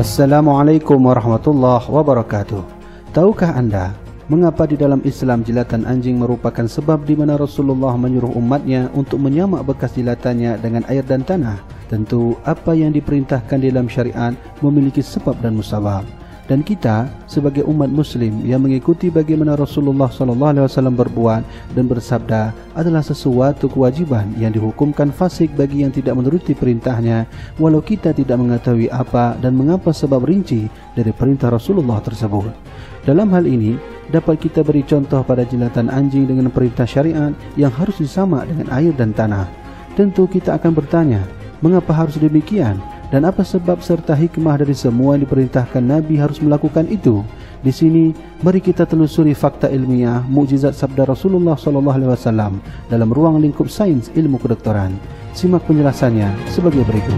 Assalamualaikum warahmatullahi wabarakatuh. Tahukah Anda mengapa di dalam Islam jilatan anjing merupakan sebab di mana Rasulullah menyuruh umatnya untuk menyamak bekas jilatannya dengan air dan tanah? Tentu apa yang diperintahkan dalam syariat memiliki sebab dan musabab. Dan kita sebagai umat muslim yang mengikuti bagaimana Rasulullah SAW berbuat dan bersabda adalah sesuatu kewajiban yang dihukumkan fasik bagi yang tidak menuruti perintahnya, walau kita tidak mengetahui apa dan mengapa sebab rinci dari perintah Rasulullah tersebut. Dalam hal ini dapat kita beri contoh pada jilatan anjing dengan perintah syariat yang harus disamak dengan air dan tanah. Tentu kita akan bertanya, mengapa harus demikian? Dan apa sebab serta hikmah dari semua yang diperintahkan Nabi harus melakukan itu? Di sini, mari kita telusuri fakta ilmiah mukjizat sabda Rasulullah SAW dalam ruang lingkup sains ilmu kedokteran. Simak penjelasannya sebagai berikut.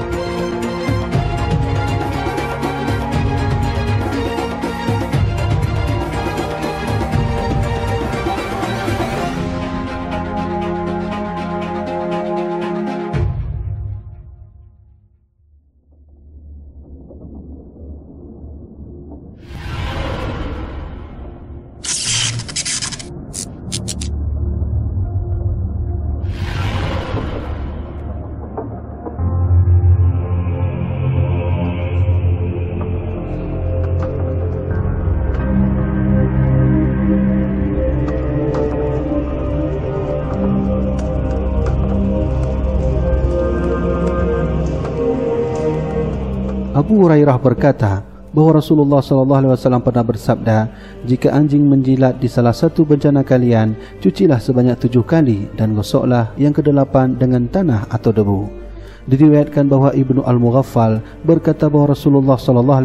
Abu Hurairah berkata bahawa Rasulullah SAW pernah bersabda, jika anjing menjilat di salah satu bencana kalian, cucilah sebanyak 7 kali dan gosoklah yang ke-8 dengan tanah atau debu. Diriwayatkan bahawa Ibnu Al-Mughaffal berkata bahawa Rasulullah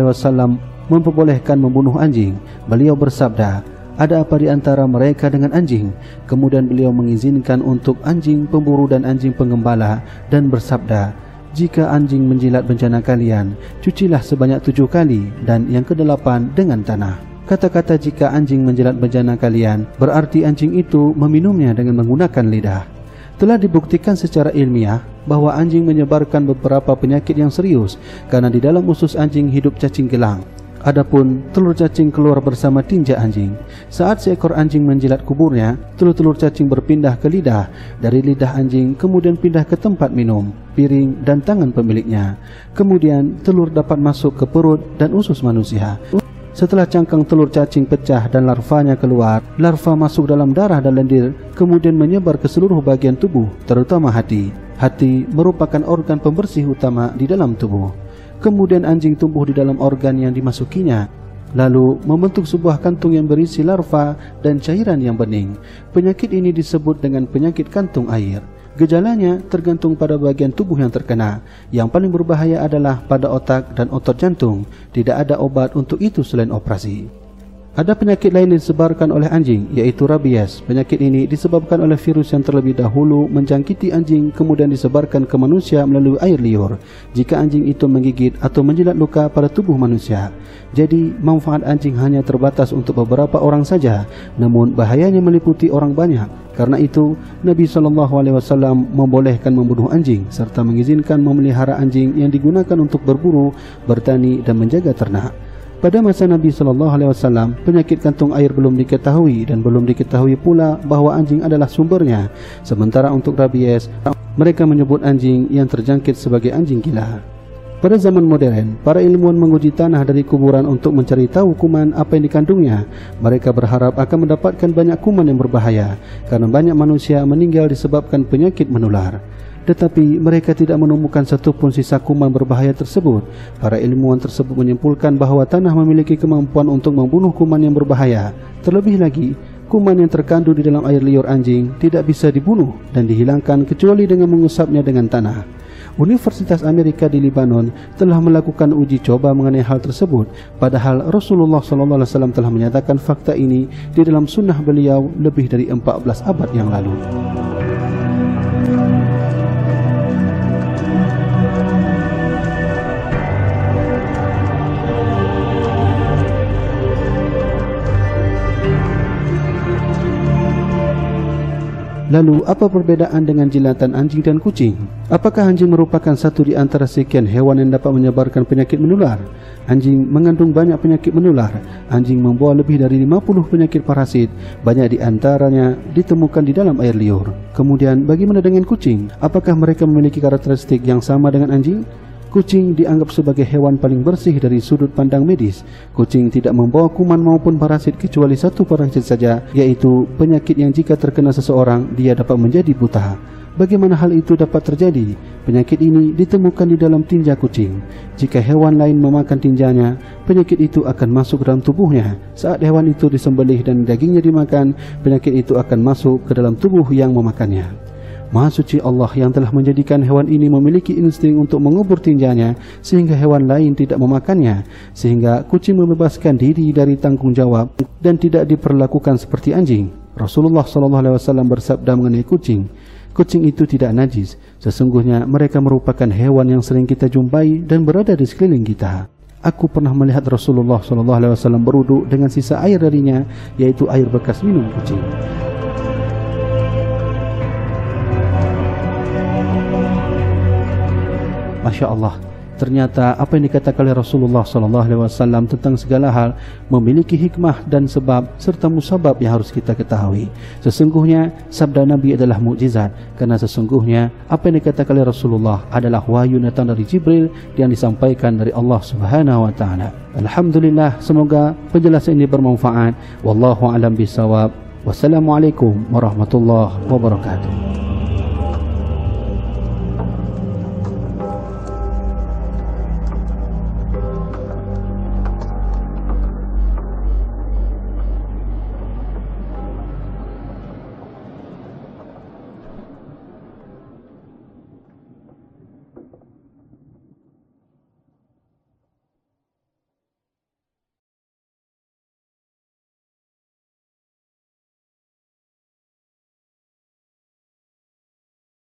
SAW memperbolehkan membunuh anjing. Beliau bersabda, ada apa di antara mereka dengan anjing? Kemudian beliau mengizinkan untuk anjing pemburu dan anjing penggembala dan bersabda, jika anjing menjilat bencana kalian, cucilah sebanyak 7 kali dan yang ke-8 dengan tanah. Kata-kata jika anjing menjilat bencana kalian berarti anjing itu meminumnya dengan menggunakan lidah. Telah dibuktikan secara ilmiah bahawa anjing menyebarkan beberapa penyakit yang serius karena di dalam usus anjing hidup cacing gelang. Adapun telur cacing keluar bersama tinja anjing. Saat seekor anjing menjilat kuburnya, telur-telur cacing berpindah ke lidah, dari lidah anjing kemudian pindah ke tempat minum, piring dan tangan pemiliknya. Kemudian telur dapat masuk ke perut dan usus manusia. Setelah cangkang telur cacing pecah dan larvanya keluar, larva masuk dalam darah dan lendir, kemudian menyebar ke seluruh bagian tubuh, terutama hati. Hati merupakan organ pembersih utama di dalam tubuh. Kemudian anjing tumbuh di dalam organ yang dimasukinya, lalu membentuk sebuah kantung yang berisi larva dan cairan yang bening. Penyakit ini disebut dengan penyakit kantung air. Gejalanya tergantung pada bagian tubuh yang terkena. Yang paling berbahaya adalah pada otak dan otot jantung. Tidak ada obat untuk itu selain operasi. Ada penyakit lain yang disebarkan oleh anjing, yaitu rabies. Penyakit ini disebabkan oleh virus yang terlebih dahulu menjangkiti anjing, kemudian disebarkan ke manusia melalui air liur jika anjing itu menggigit atau menjilat luka pada tubuh manusia. Jadi manfaat anjing hanya terbatas untuk beberapa orang saja, namun bahayanya meliputi orang banyak. Karena itu Nabi SAW membolehkan membunuh anjing serta mengizinkan memelihara anjing yang digunakan untuk berburu, bertani dan menjaga ternak. Pada masa Nabi SAW, penyakit kantung air belum diketahui dan belum diketahui pula bahawa anjing adalah sumbernya. Sementara untuk rabies, mereka menyebut anjing yang terjangkit sebagai anjing gila. Pada zaman modern, para ilmuwan menguji tanah dari kuburan untuk mencari tahu kuman apa yang dikandungnya. Mereka berharap akan mendapatkan banyak kuman yang berbahaya karena banyak manusia meninggal disebabkan penyakit menular. Tetapi mereka tidak menemukan satupun sisa kuman berbahaya tersebut. Para ilmuwan tersebut menyimpulkan bahawa tanah memiliki kemampuan untuk membunuh kuman yang berbahaya. Terlebih lagi, kuman yang terkandung di dalam air liur anjing tidak bisa dibunuh dan dihilangkan kecuali dengan mengusapnya dengan tanah. Universitas Amerika di Lebanon telah melakukan uji coba mengenai hal tersebut, padahal Rasulullah SAW telah menyatakan fakta ini di dalam sunnah beliau lebih dari 14 abad yang lalu. Lalu, apa perbezaan dengan jilatan anjing dan kucing? Apakah anjing merupakan satu di antara sekian hewan yang dapat menyebarkan penyakit menular? Anjing mengandung banyak penyakit menular. Anjing membawa lebih dari 50 penyakit parasit. Banyak di antaranya ditemukan di dalam air liur. Kemudian, bagaimana dengan kucing? Apakah mereka memiliki karakteristik yang sama dengan anjing? Kucing dianggap sebagai hewan paling bersih dari sudut pandang medis. Kucing tidak membawa kuman maupun parasit kecuali satu parasit saja, yaitu penyakit yang jika terkena seseorang, dia dapat menjadi buta. Bagaimana hal itu dapat terjadi? Penyakit ini ditemukan di dalam tinja kucing. Jika hewan lain memakan tinjanya, penyakit itu akan masuk dalam tubuhnya. Saat hewan itu disembelih dan dagingnya dimakan, penyakit itu akan masuk ke dalam tubuh yang memakannya. Maha suci Allah yang telah menjadikan hewan ini memiliki insting untuk mengubur tinjanya sehingga hewan lain tidak memakannya, sehingga kucing membebaskan diri dari tanggung jawab dan tidak diperlakukan seperti anjing. Rasulullah SAW bersabda mengenai kucing, kucing itu tidak najis. Sesungguhnya mereka merupakan hewan yang sering kita jumpai dan berada di sekeliling kita. Aku pernah melihat Rasulullah SAW berwudu dengan sisa air darinya, yaitu air bekas minum kucing. Masya Allah, ternyata apa yang dikatakan oleh Rasulullah SAW tentang segala hal memiliki hikmah dan sebab serta musabab yang harus kita ketahui. Sesungguhnya sabda Nabi adalah mukjizat, karena sesungguhnya apa yang dikatakan oleh Rasulullah adalah wahyu datang dari Jibril yang disampaikan dari Allah Subhanahu wa taala. Alhamdulillah, semoga penjelasan ini bermanfaat. Wallahu a'lam bishawab. Wassalamualaikum warahmatullahi wabarakatuh.